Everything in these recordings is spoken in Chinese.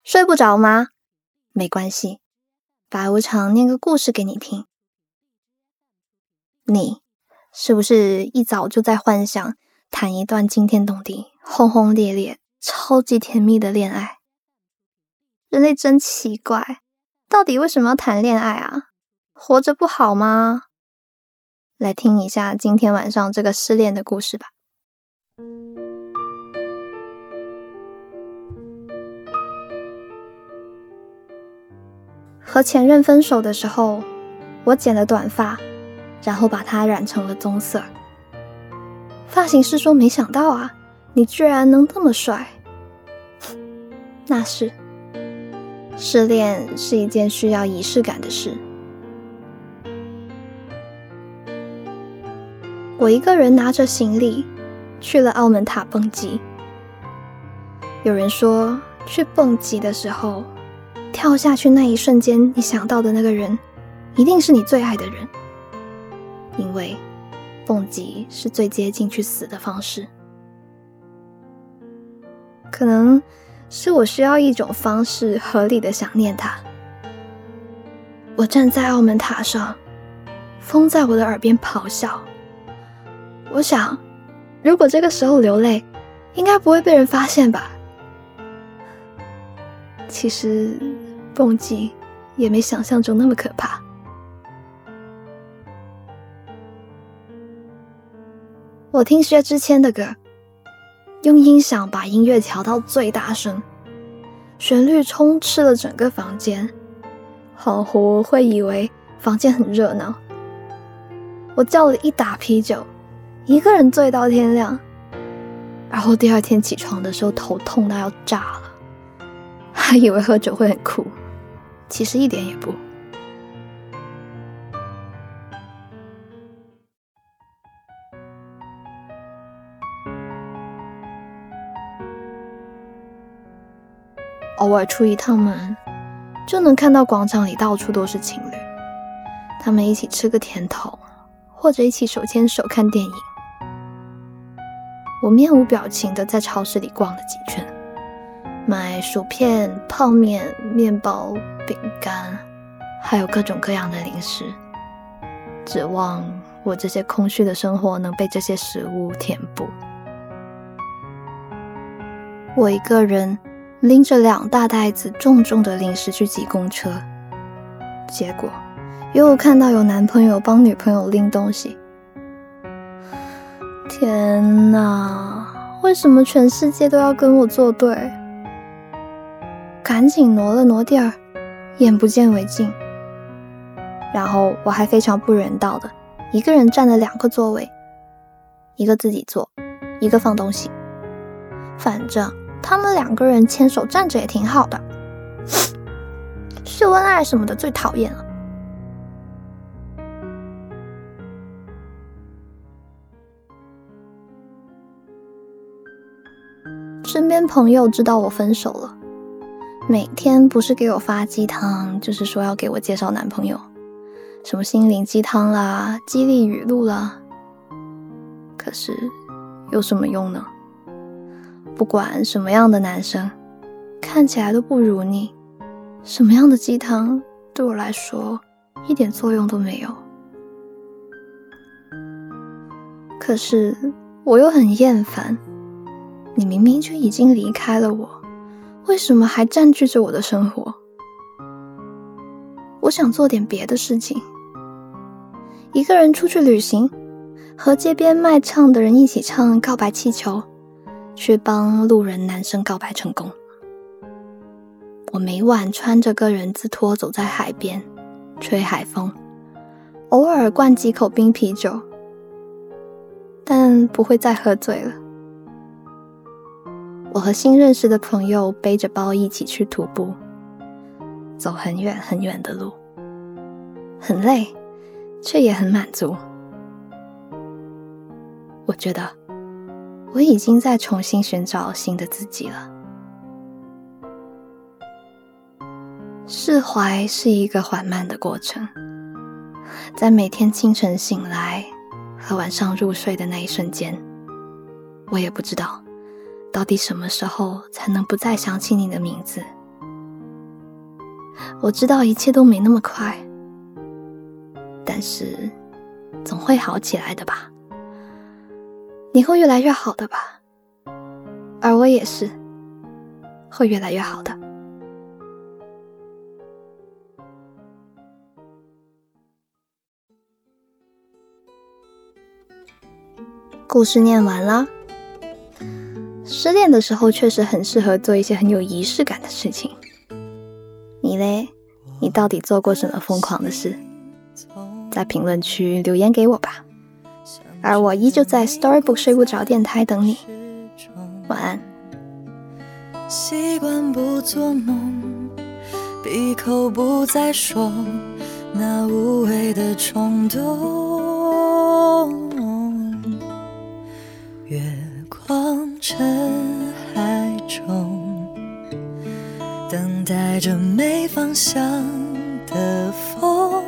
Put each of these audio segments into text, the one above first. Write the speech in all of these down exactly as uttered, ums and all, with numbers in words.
睡不着吗？没关系，白无常念个故事给你听。你是不是一早就在幻想谈一段惊天动地、轰轰烈烈、超级甜蜜的恋爱？人类真奇怪，到底为什么要谈恋爱啊？活着不好吗？来听一下今天晚上这个失恋的故事吧。和前任分手的时候，我剪了短发，然后把它染成了棕色。发型师说没想到啊，你居然能这么帅。那是，失恋是一件需要仪式感的事。我一个人拿着行李去了澳门塔蹦极。有人说，去蹦极的时候，跳下去那一瞬间，你想到的那个人一定是你最爱的人，因为蹦极是最接近去死的方式。可能是我需要一种方式合理的想念他。我站在澳门塔上，风在我的耳边咆哮。我想，如果这个时候流泪，应该不会被人发现吧。其实蹦极也没想象中那么可怕。我听薛之谦的歌，用音响把音乐调到最大声，旋律充斥了整个房间，恍惚会以为房间很热闹。我叫了一打啤酒，一个人醉到天亮，然后第二天起床的时候头痛到要炸了，还以为喝酒会很酷，其实一点也不。偶尔出一趟门，就能看到广场里到处都是情侣，他们一起吃个甜筒，或者一起手牵手看电影。我面无表情地在超市里逛了几圈，买薯片、泡面、面包、饼干，还有各种各样的零食，指望我这些空虚的生活能被这些食物填补。我一个人拎着两大袋子重重的零食去挤公车，结果又看到有男朋友帮女朋友拎东西。天哪，为什么全世界都要跟我作对？赶紧挪了挪地儿，眼不见为净。然后我还非常不人道的，一个人占了两个座位，一个自己坐，一个放东西。反正他们两个人牵手站着也挺好的。秀恩爱什么的最讨厌了。身边朋友知道我分手了，每天不是给我发鸡汤，就是说要给我介绍男朋友，什么心灵鸡汤啦、激励语录啦。可是有什么用呢？不管什么样的男生，看起来都不如你，什么样的鸡汤对我来说一点作用都没有。可是我又很厌烦，你明明就已经离开了我，为什么还占据着我的生活？我想做点别的事情，一个人出去旅行，和街边卖唱的人一起唱告白气球，去帮路人男生告白成功。我每晚穿着个人字拖走在海边，吹海风，偶尔灌几口冰啤酒，但不会再喝醉了。我和新认识的朋友背着包一起去徒步，走很远很远的路，很累，却也很满足。我觉得我已经在重新寻找新的自己了。释怀是一个缓慢的过程，在每天清晨醒来和晚上入睡的那一瞬间，我也不知道到底什么时候才能不再想起你的名字， 我知道一切都没那么快，但是总会好起来的吧。你会越来越好的吧，而我也是会越来越好的。故事念完了。失恋的时候确实很适合做一些很有仪式感的事情。你嘞？你到底做过什么疯狂的事？在评论区留言给我吧。而我依旧在 Storybook 睡不着电台等你。晚安。 习惯不做梦，闭口不再说那无谓的冲动。月光沉海中，等待着没方向的风，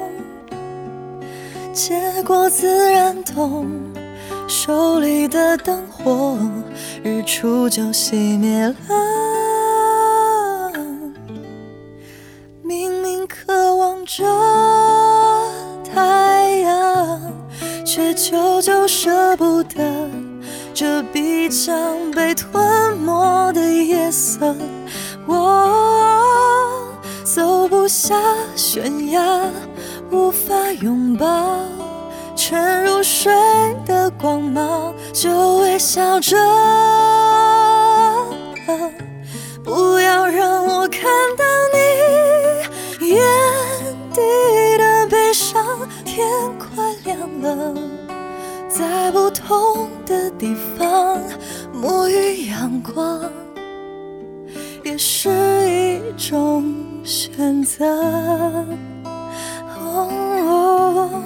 结果自然懂，手里的灯火日出就熄灭了。明明渴望着太阳，却久久舍不得这必将被吞没的夜色。我走不下悬崖，无法拥抱沉入水的光芒，就微笑着，不要让我看到你眼底的悲伤。天快亮了，在不同的地方沐浴阳光，也是一种选择。哦，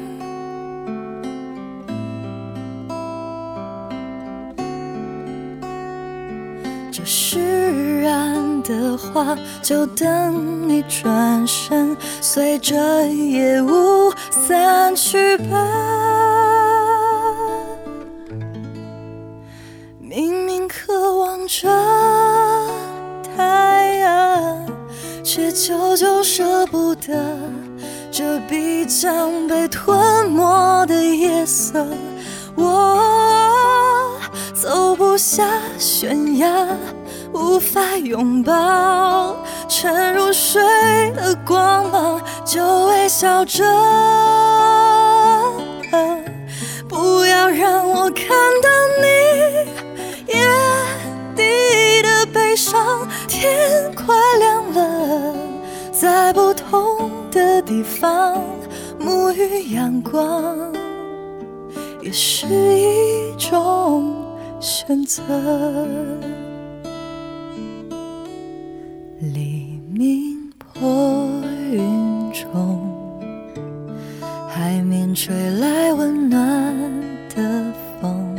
这释然的话，就等你转身，随着夜雾散去吧。明明渴望着太阳，却久久舍不得这必将被吞没的夜色。我走不下悬崖，无法拥抱沉入水的光芒，就微笑着，不要让我看到你眼底的悲伤。天快亮了，在不同的地方沐浴阳光，也是一种选择。黎明破云中，海面吹来温暖的风，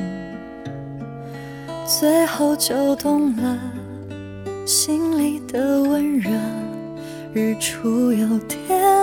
最后就懂了心里的温热。日出有点